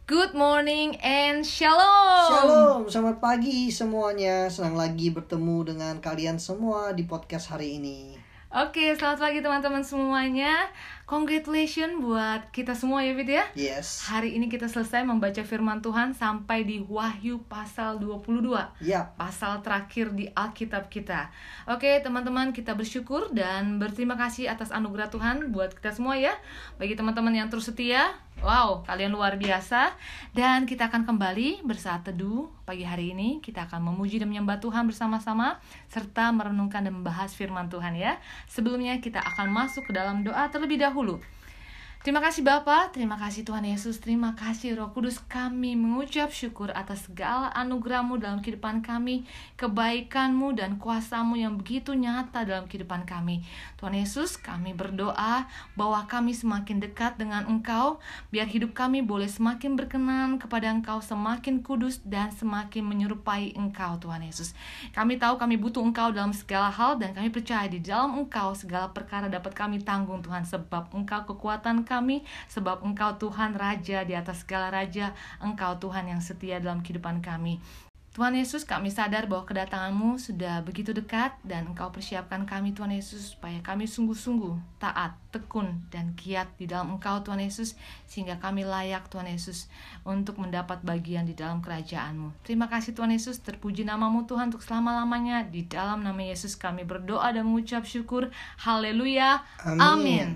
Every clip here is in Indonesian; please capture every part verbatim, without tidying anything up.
Good morning and shalom. Shalom, selamat pagi semuanya. Senang lagi bertemu dengan kalian semua di podcast hari ini. Oke, selamat pagi teman-teman semuanya. Congratulations buat kita semua ya Fit ya. Yes. Hari ini kita selesai membaca firman Tuhan sampai di Wahyu pasal dua puluh dua. Yap. Pasal terakhir di Alkitab kita. Oke teman-teman, kita bersyukur dan berterima kasih atas anugerah Tuhan buat kita semua ya. Bagi teman-teman yang terus setia, wow, kalian luar biasa. Dan kita akan kembali bersaat teduh pagi hari ini. Kita akan memuji dan menyembah Tuhan bersama-sama, serta merenungkan dan membahas firman Tuhan ya. Sebelumnya kita akan masuk ke dalam doa terlebih dahulu. Terima kasih Bapa, terima kasih Tuhan Yesus, terima kasih Roh Kudus. Kami mengucap syukur atas segala anugerah-Mu dalam kehidupan kami, kebaikan-Mu dan kuasa-Mu yang begitu nyata dalam kehidupan kami. Tuhan Yesus, kami berdoa bahwa kami semakin dekat dengan Engkau, biar hidup kami boleh semakin berkenan kepada Engkau, semakin kudus dan semakin menyerupai Engkau Tuhan Yesus. Kami tahu kami butuh Engkau dalam segala hal, dan kami percaya di dalam Engkau segala perkara dapat kami tanggung Tuhan, sebab Engkau kekuatan kami. Kami, sebab Engkau Tuhan Raja di atas segala raja, Engkau Tuhan yang setia dalam kehidupan kami. Tuhan Yesus, kami sadar bahwa kedatangan-Mu sudah begitu dekat, dan Engkau persiapkan kami Tuhan Yesus supaya kami sungguh-sungguh taat, tekun, dan giat di dalam Engkau Tuhan Yesus, sehingga kami layak Tuhan Yesus untuk mendapat bagian di dalam kerajaan-Mu. Terima kasih Tuhan Yesus, terpuji nama-Mu Tuhan untuk selama-lamanya. Di dalam nama Yesus kami berdoa dan mengucap syukur. Haleluya. Amin. Amin.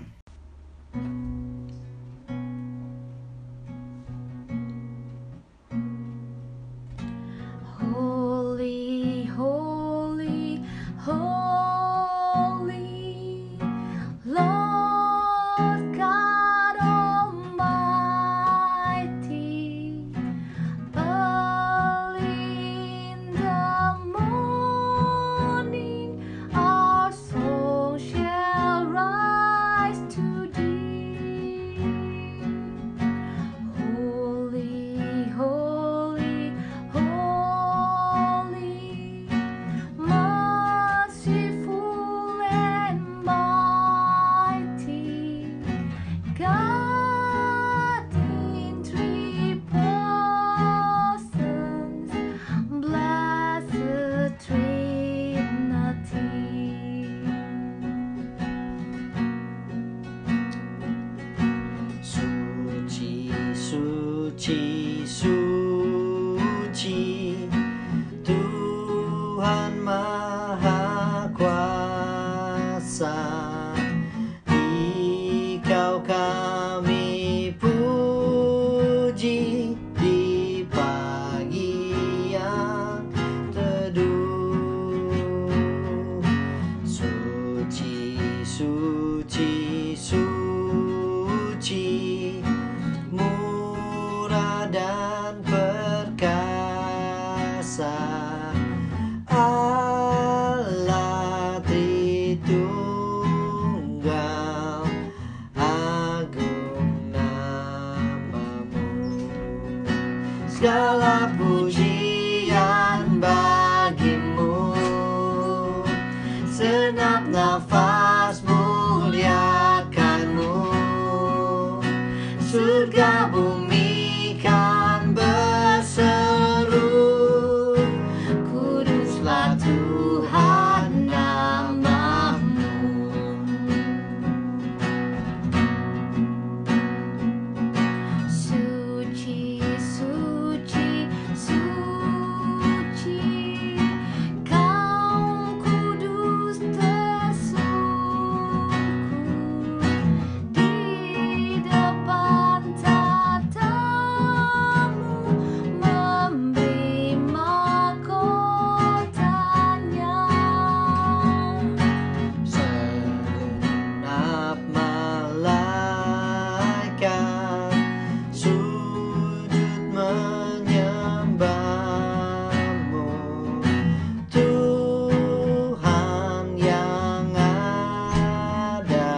Holy, holy, holy, Lord God Almighty. Early in the morning, our soul shall rise to thee. Holy, holy, holy, merciful and mighty, God in three persons, blessed Trinity. Suci, suci, suci, Tuhan Maha Kuasa. Dikau kami puji di pagi yang teduh. Suci, suci, suci, murah dan perkasa, Allah Tritunggal, agung nama-Mu. Segala pujian bagi-Mu, senap nafas muliakan-Mu. Surga bumi kan berseru, kuduslah Tuhan nama-Mu. Suci, suci, suci, Kau kudus tersungkur di depan tatamu, memberi mahkotanya. Segenap malaikat sujud menyembah-Mu, Tuhan yang ada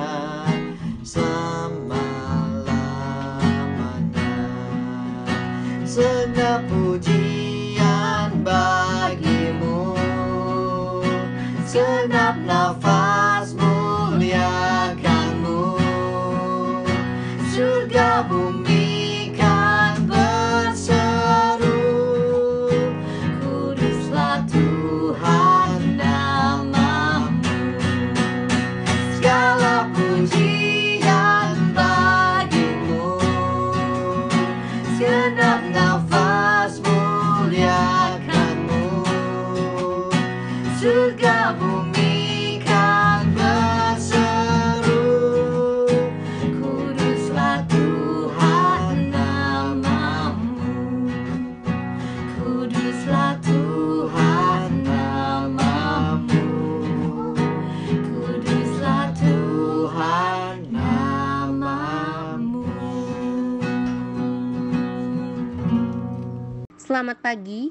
selama-lamanya. Segenap pujian bagi-Mu, segenap nafas muliakan-Mu. Surga bumi kan ber Genap nafas muliakanmu, surga bumi kan berseru, kuduslah Tuhan namamu, kuduslah Tuhan namamu, kuduslah Tuhan namamu. Selamat pagi.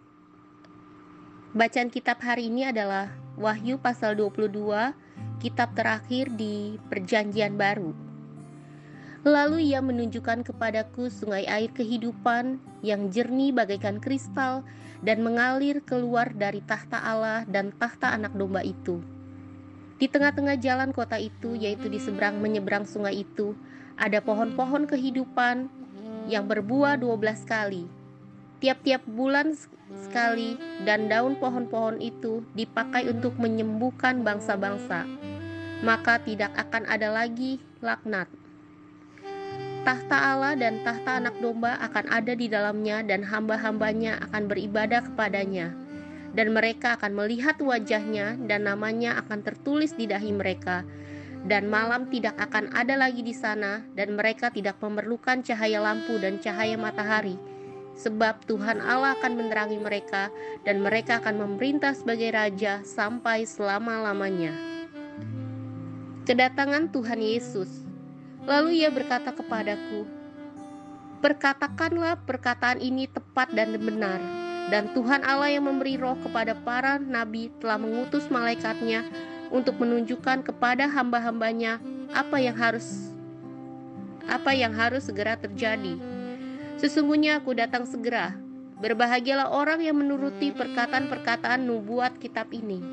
Bacaan kitab hari ini adalah Wahyu pasal dua puluh dua, kitab terakhir di Perjanjian Baru. Lalu ia menunjukkan kepadaku sungai air kehidupan yang jernih bagaikan kristal dan mengalir keluar dari tahta Allah dan tahta Anak Domba itu. Di tengah-tengah jalan kota itu, yaitu di seberang menyeberang sungai itu, ada pohon-pohon kehidupan yang berbuah dua belas kali. Tiap-tiap bulan sekali, dan daun pohon-pohon itu dipakai untuk menyembuhkan bangsa-bangsa. Maka tidak akan ada lagi laknat. Tahta Allah dan tahta Anak Domba akan ada di dalamnya, dan hamba-hambanya akan beribadah kepadanya. Dan mereka akan melihat wajahnya, dan namanya akan tertulis di dahi mereka. Dan malam tidak akan ada lagi di sana, dan mereka tidak memerlukan cahaya lampu dan cahaya matahari. Sebab Tuhan Allah akan menerangi mereka, dan mereka akan memerintah sebagai raja sampai selama-lamanya. Kedatangan Tuhan Yesus. Lalu ia berkata kepadaku, perkatakanlah perkataan ini tepat dan benar. Dan Tuhan Allah yang memberi roh kepada para nabi telah mengutus malaikatnya untuk menunjukkan kepada hamba-hambanya apa yang harus apa yang harus segera terjadi. Sesungguhnya aku datang segera. Berbahagialah orang yang menuruti perkataan-perkataan nubuat kitab ini.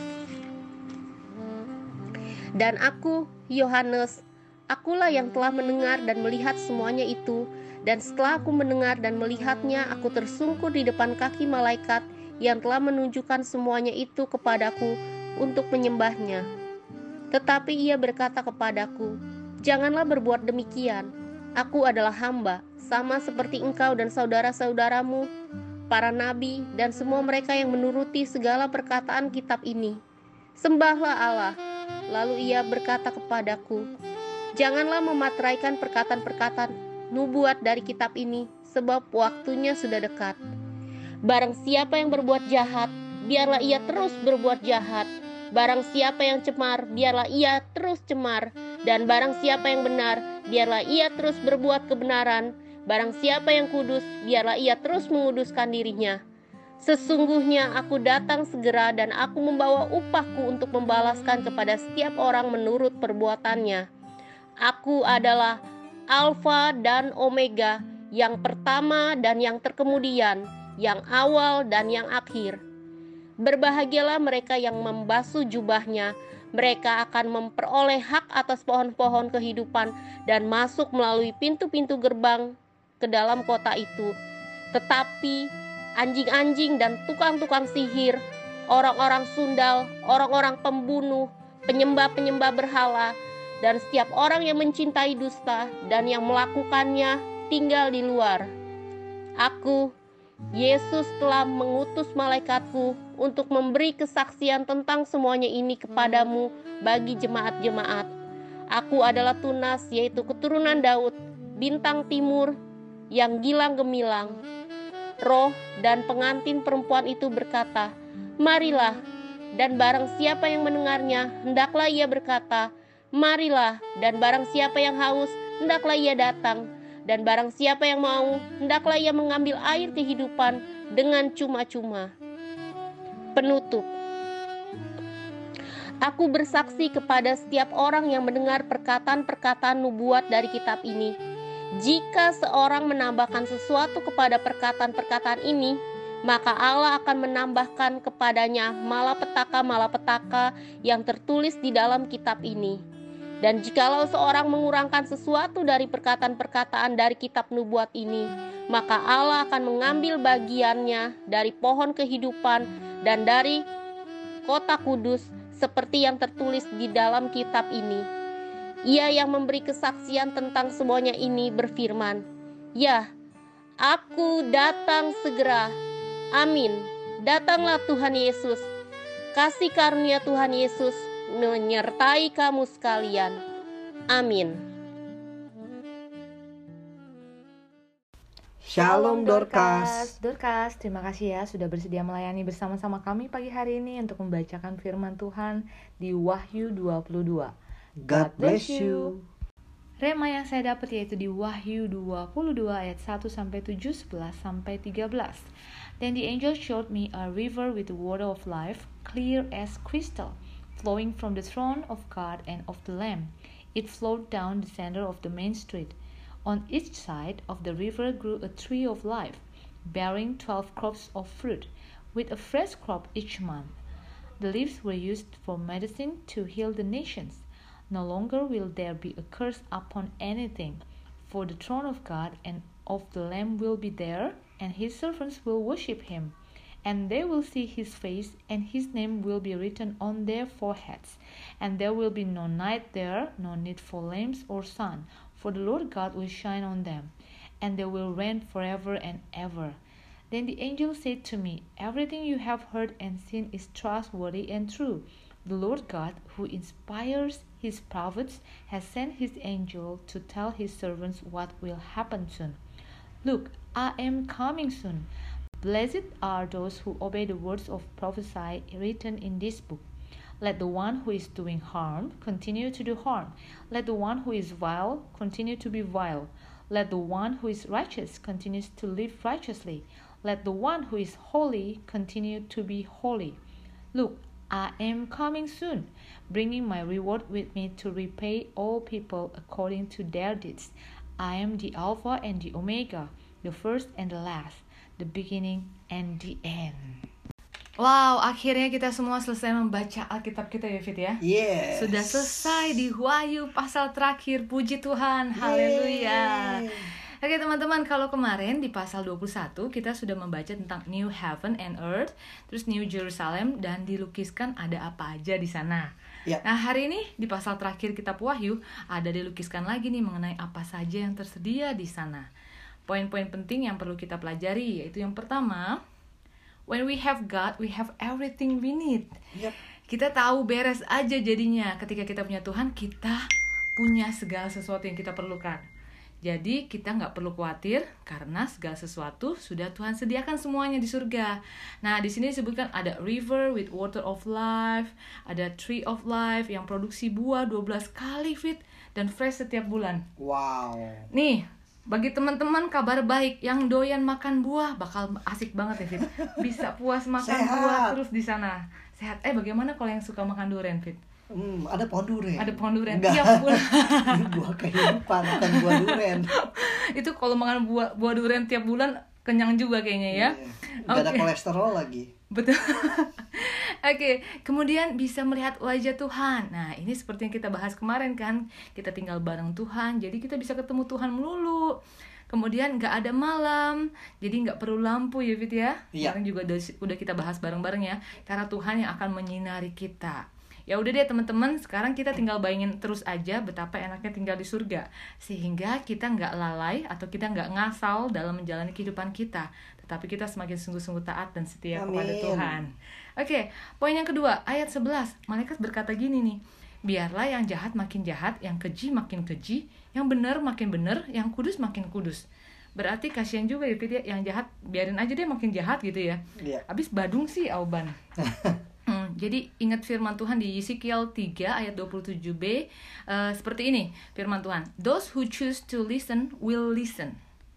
Dan aku, Yohanes, akulah yang telah mendengar dan melihat semuanya itu. Dan setelah aku mendengar dan melihatnya, aku tersungkur di depan kaki malaikat yang telah menunjukkan semuanya itu kepadaku untuk menyembahnya. Tetapi ia berkata kepadaku, janganlah berbuat demikian. Aku adalah hamba, sama seperti engkau dan saudara-saudaramu, para nabi, dan semua mereka yang menuruti segala perkataan kitab ini. Sembahlah Allah. Lalu ia berkata kepadaku, janganlah memateraikan perkataan-perkataan nubuat dari kitab ini, sebab waktunya sudah dekat. Barang siapa yang berbuat jahat, biarlah ia terus berbuat jahat. Barang siapa yang cemar, biarlah ia terus cemar. Dan barang siapa yang benar, biarlah ia terus berbuat kebenaran. Barang siapa yang kudus, biarlah ia terus menguduskan dirinya. Sesungguhnya aku datang segera, dan aku membawa upahku untuk membalaskan kepada setiap orang menurut perbuatannya. Aku adalah Alfa dan Omega, yang pertama dan yang terkemudian, yang awal dan yang akhir. Berbahagialah mereka yang membasuh jubahnya. Mereka akan memperoleh hak atas pohon-pohon kehidupan dan masuk melalui pintu-pintu gerbang ke dalam kota itu. Tetapi anjing-anjing dan tukang-tukang sihir, orang-orang sundal, orang-orang pembunuh, penyembah-penyembah berhala, dan setiap orang yang mencintai dusta dan yang melakukannya tinggal di luar. Aku, Yesus, telah mengutus malaikatku untuk memberi kesaksian tentang semuanya ini kepadamu bagi jemaat-jemaat. Aku adalah Tunas, yaitu keturunan Daud, bintang timur yang gilang gemilang. Roh dan pengantin perempuan itu berkata, marilah. Dan barang siapa yang mendengarnya, hendaklah ia berkata, marilah. Dan barang siapa yang haus, hendaklah ia datang. Dan barang siapa yang mau, hendaklah ia mengambil air kehidupan dengan cuma-cuma. Penutup. Aku bersaksi kepada setiap orang yang mendengar perkataan-perkataan nubuat dari kitab ini. Jika seorang menambahkan sesuatu kepada perkataan-perkataan ini, maka Allah akan menambahkan kepadanya malapetaka-malapetaka yang tertulis di dalam kitab ini. Dan jikalau seorang mengurangkan sesuatu dari perkataan-perkataan dari kitab nubuat ini, maka Allah akan mengambil bagiannya dari pohon kehidupan dan dari kota kudus seperti yang tertulis di dalam kitab ini. Ia yang memberi kesaksian tentang semuanya ini berfirman, ya, Aku datang segera. Amin. Datanglah Tuhan Yesus. Kasih karunia Tuhan Yesus menyertai kamu sekalian. Amin. Shalom Dorcas. Dorcas, terima kasih ya sudah bersedia melayani bersama-sama kami pagi hari ini untuk membacakan firman Tuhan di Wahyu dua puluh dua. God bless you. Rema yang saya dapat yaitu di Wahyu dua puluh dua ayat satu sampai tujuh, sebelas sampai tiga belas. Then the angel showed me a river with the water of life, clear as crystal, flowing from the throne of God and of the Lamb. It flowed down the center of the main street. On each side of the river grew a tree of life, bearing twelve crops of fruit, with a fresh crop each month. The leaves were used for medicine to heal the nations. No longer will there be a curse upon anything, for the throne of God and of the Lamb will be there, and his servants will worship him. And they will see his face, and his name will be written on their foreheads. And there will be no night there, no need for lamps or sun, for the Lord God will shine on them, and they will reign forever and ever. Then the angel said to me, everything you have heard and seen is trustworthy and true. The Lord God, who inspires his prophets, has sent his angel to tell his servants what will happen soon. Look, I am coming soon. Blessed are those who obey the words of prophecy written in this book. Let the one who is doing harm continue to do harm. Let the one who is vile continue to be vile. Let the one who is righteous continue to live righteously. Let the one who is holy continue to be holy. Look, I am coming soon, bringing my reward with me to repay all people according to their deeds. I am the Alpha and the Omega, the first and the last, the beginning and the end. Wow, akhirnya kita semua selesai membaca Alkitab kita ya, Fit ya. Yes. Sudah selesai di Wahyu pasal terakhir. Puji Tuhan, haleluya. Oke teman-teman, kalau kemarin di pasal dua puluh satu kita sudah membaca tentang New Heaven and Earth, terus New Jerusalem, dan dilukiskan ada apa aja di sana. Ya. Nah hari ini di pasal terakhir kitab Wahyu ada dilukiskan lagi nih mengenai apa saja yang tersedia di sana. Poin-poin penting yang perlu kita pelajari yaitu yang pertama, when we have God, we have everything we need. Yep. Kita tahu beres aja jadinya ketika kita punya Tuhan, kita punya segala sesuatu yang kita perlukan. Jadi kita nggak perlu khawatir karena segala sesuatu sudah Tuhan sediakan semuanya di surga. Nah di sini disebutkan ada river with water of life, ada tree of life yang produksi buah dua belas kali fit dan fresh setiap bulan. Wow. Nih bagi teman-teman kabar baik yang doyan makan buah bakal asik banget ya Fit. Bisa puas makan Sehat. buah terus di sana. Sehat. Eh bagaimana kalau yang suka makan durian Fit? Hmm, ada pohon durian. Ada pohon durian Enggak. tiap bulan. Ini buah kehidupan, bukan buah durian. Itu kalau makan buah buah durian tiap bulan kenyang juga kayaknya ya. Iya. Gak ada Oke. kolesterol lagi. Betul. Oke, kemudian bisa melihat wajah Tuhan. Nah, ini seperti yang kita bahas kemarin kan. Kita tinggal bareng Tuhan, jadi kita bisa ketemu Tuhan melulu. Kemudian nggak ada malam, jadi nggak perlu lampu ya Fit ya. Iya. Kemarin juga udah, udah kita bahas bareng-bareng ya. Karena Tuhan yang akan menyinari kita. Ya udah deh teman-teman, sekarang kita tinggal bayangin terus aja betapa enaknya tinggal di surga, sehingga kita nggak lalai atau kita nggak ngasal dalam menjalani kehidupan kita, tetapi kita semakin sungguh-sungguh taat dan setia Amin. kepada Tuhan. Oke, poin yang kedua, ayat sebelas, malaikat berkata gini nih, biarlah yang jahat makin jahat, yang keji makin keji, yang benar makin benar, yang kudus makin kudus. Berarti kasihan juga ya Fit ya, yang jahat biarin aja dia makin jahat gitu ya. Iya. Habis badung sih auban. Hmm, jadi ingat firman Tuhan di Yeskiel tiga ayat dua puluh tujuh b uh, seperti ini firman Tuhan. Those who choose to listen will listen,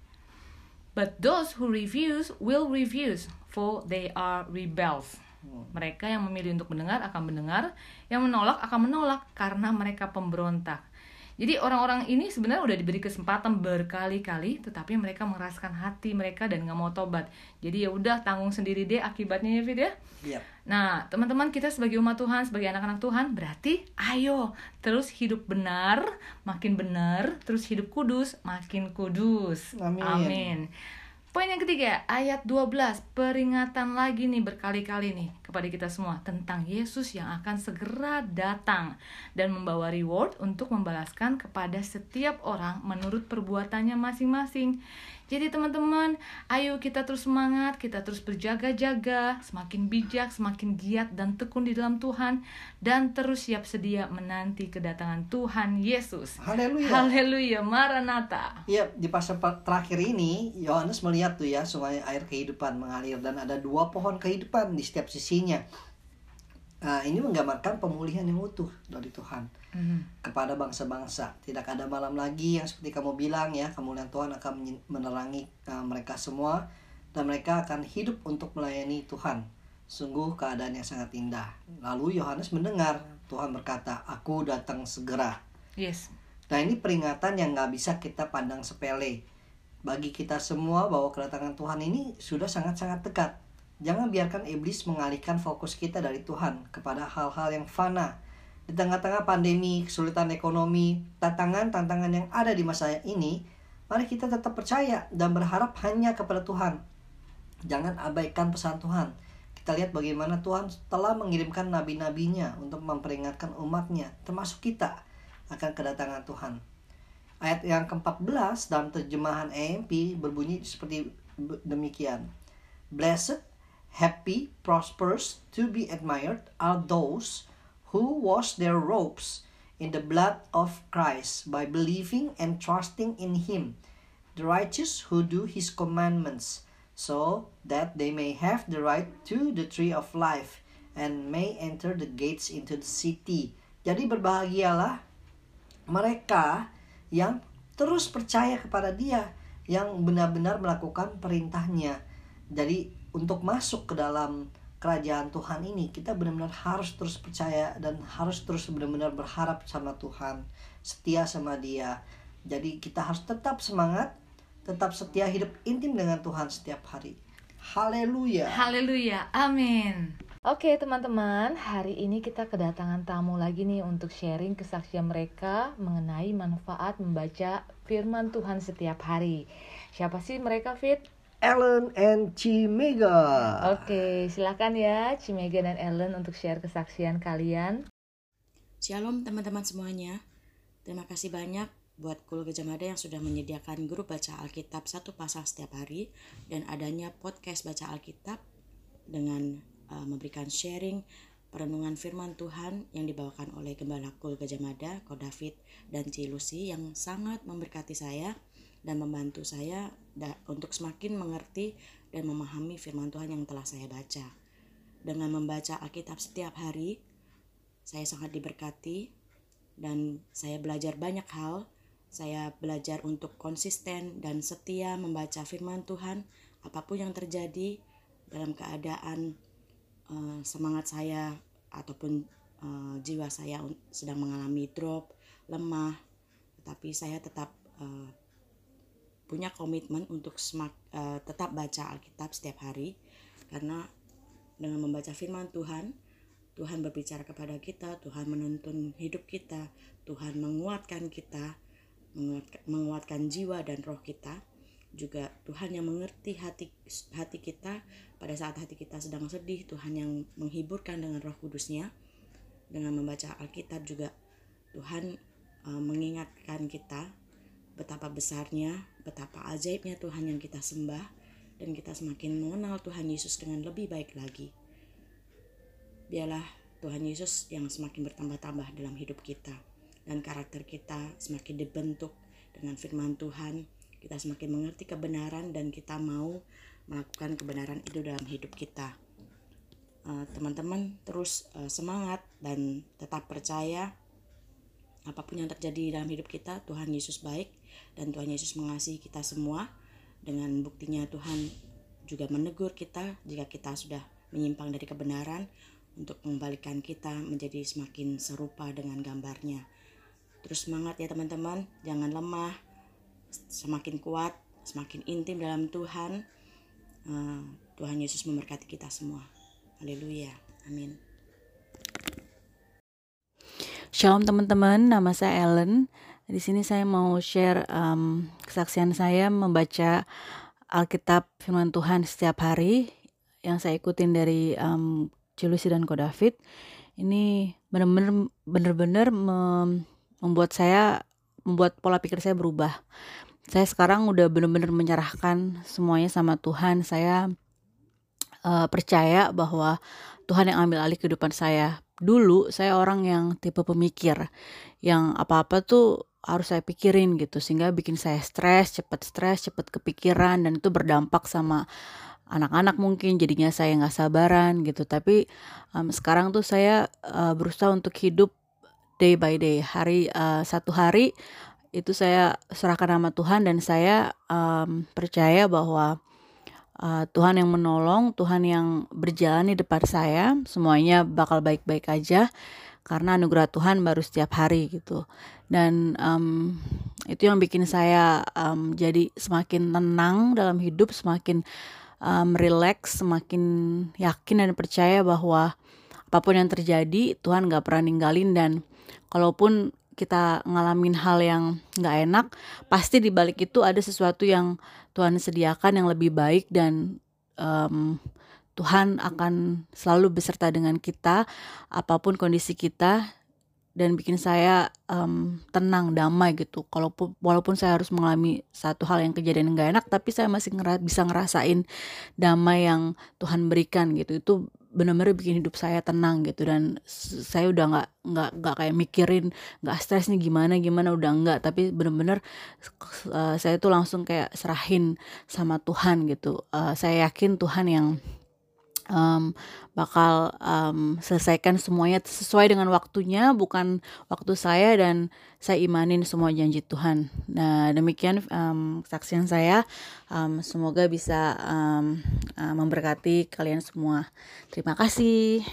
but those who refuse will refuse, for they are rebels. Mereka yang memilih untuk mendengar akan mendengar, yang menolak akan menolak karena mereka pemberontak. Jadi orang-orang ini sebenarnya udah diberi kesempatan berkali-kali, tetapi mereka mengeraskan hati mereka dan nggak mau tobat. Jadi ya udah tanggung sendiri deh akibatnya ya Fit ya. Iya. Nah teman-teman, kita sebagai umat Tuhan, sebagai anak-anak Tuhan, berarti ayo terus hidup benar, makin benar, terus hidup kudus, makin kudus. Amin. Amin. Poin yang ketiga, ayat dua belas, peringatan lagi nih berkali-kali nih kepada kita semua tentang Yesus yang akan segera datang dan membawa reward untuk membalaskan kepada setiap orang menurut perbuatannya masing-masing. Jadi teman-teman, ayo kita terus semangat, kita terus berjaga-jaga, semakin bijak, semakin giat dan tekun di dalam Tuhan, dan terus siap sedia menanti kedatangan Tuhan Yesus. Haleluya. Haleluya, Maranatha. Ya, di pasal terakhir ini Yohanes melihat tuh ya sungai air kehidupan mengalir dan ada dua pohon kehidupan di setiap sisinya. Nah, ini menggambarkan pemulihan yang utuh dari Tuhan mm-hmm. kepada bangsa-bangsa. Tidak ada malam lagi yang seperti kamu bilang ya, kemuliaan Tuhan akan menerangi uh, mereka semua dan mereka akan hidup untuk melayani Tuhan. Sungguh keadaan yang sangat indah. Lalu Yohanes mendengar Tuhan berkata, "Aku datang segera." Yes. Nah, ini peringatan yang gak bisa kita pandang sepele. Bagi kita semua bahwa kedatangan Tuhan ini sudah sangat-sangat dekat. Jangan biarkan iblis mengalihkan fokus kita dari Tuhan kepada hal-hal yang fana. Di tengah-tengah pandemi, kesulitan ekonomi, tantangan-tantangan yang ada di masa ini, mari kita tetap percaya dan berharap hanya kepada Tuhan. Jangan abaikan pesan Tuhan. Kita lihat bagaimana Tuhan telah mengirimkan nabi-nabinya untuk memperingatkan umatnya, termasuk kita, akan kedatangan Tuhan. Ayat yang keempat belas dalam terjemahan A M P berbunyi seperti demikian. Blessed, happy, prosperous, to be admired are those who wash their robes in the blood of Christ by believing and trusting in Him, the righteous who do His commandments, so that they may have the right to the tree of life and may enter the gates into the city. Jadi berbahagialah mereka yang terus percaya kepada Dia, yang benar-benar melakukan perintahnya. Jadi untuk masuk ke dalam kerajaan Tuhan ini, kita benar-benar harus terus percaya dan harus terus benar-benar berharap sama Tuhan, setia sama Dia. Jadi kita harus tetap semangat, tetap setia, hidup intim dengan Tuhan setiap hari. Haleluya. Haleluya, amin. Oke teman-teman, hari ini kita kedatangan tamu lagi nih untuk sharing kesaksian mereka mengenai manfaat membaca firman Tuhan setiap hari. Siapa sih mereka, Fit? Ellen and Cimega. Oke, silakan ya Cimega dan Ellen untuk share kesaksian kalian. Shalom teman-teman semuanya. Terima kasih banyak buat Kul Gajah Mada yang sudah menyediakan grup baca Alkitab satu pasal setiap hari dan adanya podcast baca Alkitab dengan uh, memberikan sharing perenungan firman Tuhan yang dibawakan oleh Gembala Kul Gajah Mada, Ko David dan Ci Lucy yang sangat memberkati saya dan membantu saya da- untuk semakin mengerti dan memahami firman Tuhan yang telah saya baca. Dengan membaca Alkitab setiap hari, saya sangat diberkati dan saya belajar banyak hal. Saya belajar untuk konsisten dan setia membaca firman Tuhan apapun yang terjadi dalam keadaan uh, semangat saya ataupun uh, jiwa saya sedang mengalami drop, lemah, tetapi saya tetap uh, punya komitmen untuk semak, uh, tetap baca Alkitab setiap hari, karena dengan membaca firman Tuhan, Tuhan berbicara kepada kita, Tuhan menuntun hidup kita, Tuhan menguatkan kita, menguatkan, menguatkan jiwa dan roh kita. Juga Tuhan yang mengerti hati hati kita pada saat hati kita sedang sedih, Tuhan yang menghiburkan dengan Roh Kudus-Nya. Dengan membaca Alkitab juga Tuhan uh, mengingatkan kita betapa besarnya, betapa ajaibnya Tuhan yang kita sembah, dan kita semakin mengenal Tuhan Yesus dengan lebih baik lagi. Biarlah Tuhan Yesus yang semakin bertambah-tambah dalam hidup kita, dan karakter kita semakin dibentuk dengan firman Tuhan. Kita semakin mengerti kebenaran dan kita mau melakukan kebenaran itu dalam hidup kita. Uh, teman-teman terus uh, semangat dan tetap percaya apapun yang terjadi dalam hidup kita, Tuhan Yesus baik dan Tuhan Yesus mengasihi kita semua. Dengan buktinya Tuhan juga menegur kita jika kita sudah menyimpang dari kebenaran, untuk mengembalikan kita menjadi semakin serupa dengan gambarnya. Terus semangat ya teman-teman, jangan lemah, semakin kuat, semakin intim dalam Tuhan. Uh, Tuhan Yesus memberkati kita semua. Haleluya, amin. Shalom teman-teman, nama saya Ellen. Di sini saya mau share um, kesaksian saya membaca Alkitab firman Tuhan setiap hari yang saya ikutin dari um, C Lucy dan Ko David. Ini benar-benar benar-benar mem- membuat saya membuat pola pikir saya berubah. Saya sekarang udah benar-benar menyerahkan semuanya sama Tuhan. Saya uh, percaya bahwa Tuhan yang ambil alih kehidupan saya. Dulu saya orang yang tipe pemikir, yang apa-apa tuh harus saya pikirin gitu, sehingga bikin saya stres, cepet stres, cepet kepikiran, dan itu berdampak sama anak-anak mungkin, jadinya saya nggak sabaran gitu. Tapi um, sekarang tuh saya uh, berusaha untuk hidup day by day, hari uh, satu hari itu saya serahkan sama Tuhan, dan saya um, percaya bahwa uh, Tuhan yang menolong, Tuhan yang berjalan di depan saya, semuanya bakal baik-baik aja karena anugerah Tuhan baru setiap hari gitu. Dan um, itu yang bikin saya um, jadi semakin tenang dalam hidup, semakin um, relax, semakin yakin dan percaya bahwa apapun yang terjadi Tuhan gak pernah ninggalin. Dan kalaupun kita ngalamin hal yang gak enak, pasti di balik itu ada sesuatu yang Tuhan sediakan yang lebih baik, dan um, Tuhan akan selalu beserta dengan kita apapun kondisi kita, dan bikin saya um, tenang, damai gitu. Kalaupun walaupun saya harus mengalami satu hal yang kejadian yang gak enak, tapi saya masih ngera- bisa ngerasain damai yang Tuhan berikan gitu. Itu benar-benar bikin hidup saya tenang gitu, dan saya udah nggak nggak nggak kayak mikirin nggak stres nih gimana gimana, udah nggak, tapi benar-benar uh, saya tuh langsung kayak serahin sama Tuhan gitu. Uh, saya yakin Tuhan yang Um, bakal um, selesaikan semuanya sesuai dengan waktunya, bukan waktu saya, dan saya imanin semua janji Tuhan. Nah, demikian um, kesaksian saya. Um, semoga bisa um, uh, memberkati kalian semua. Terima kasih.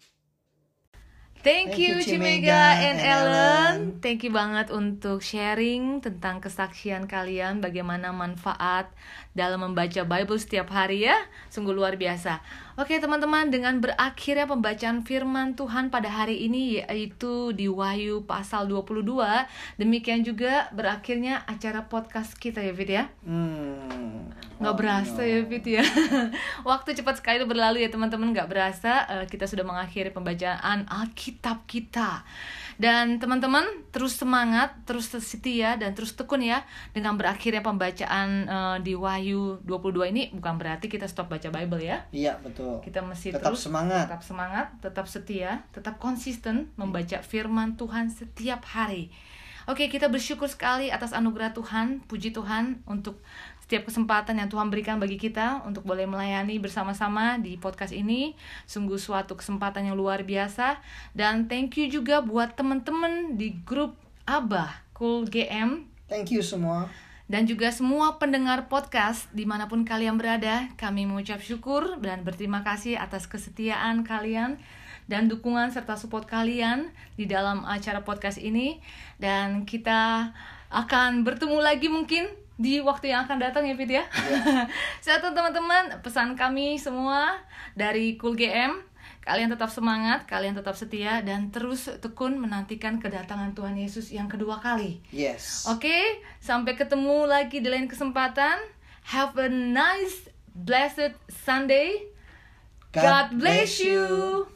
Thank Thank you you, Cimega Cimega and and Ellen. Ellen. Thank you banget untuk sharing tentang kesaksian kalian, bagaimana manfaat dalam membaca Bible setiap hari ya. Sungguh luar biasa. Oke teman-teman, dengan berakhirnya pembacaan firman Tuhan pada hari ini, yaitu di Wahyu pasal dua puluh dua, demikian juga berakhirnya acara podcast kita ya Fit ya. Hmm. Nggak Oh, berasa no. ya Fit ya. Waktu cepat sekali berlalu ya teman-teman, nggak berasa uh, kita sudah mengakhiri pembacaan Alkitab kita. Dan teman-teman terus semangat, terus setia, dan terus tekun ya. Dengan berakhirnya pembacaan uh, di Wahyu dua puluh dua ini, bukan berarti kita stop baca Bible ya. Iya, betul. Kita mesti Tetap terus semangat. tetap semangat, tetap setia, tetap konsisten membaca firman Tuhan setiap hari. Oke, kita bersyukur sekali atas anugerah Tuhan, puji Tuhan untuk setiap kesempatan yang Tuhan berikan bagi kita untuk boleh melayani bersama-sama di podcast ini. Sungguh suatu kesempatan yang luar biasa. Dan thank you juga buat teman-teman di grup Abah Cool G M. Thank you semua. Dan juga semua pendengar podcast dimanapun kalian berada. Kami mengucap syukur dan berterima kasih atas kesetiaan kalian dan dukungan serta support kalian di dalam acara podcast ini. Dan kita akan bertemu lagi mungkin di waktu yang akan datang ya Fit ya. Yeah. Satu teman-teman, pesan kami semua dari Cool G M, kalian tetap semangat, kalian tetap setia, dan terus tekun menantikan kedatangan Tuhan Yesus yang kedua kali. Yes. Oke, sampai ketemu lagi di lain kesempatan. Have a nice, blessed Sunday. God, God bless you.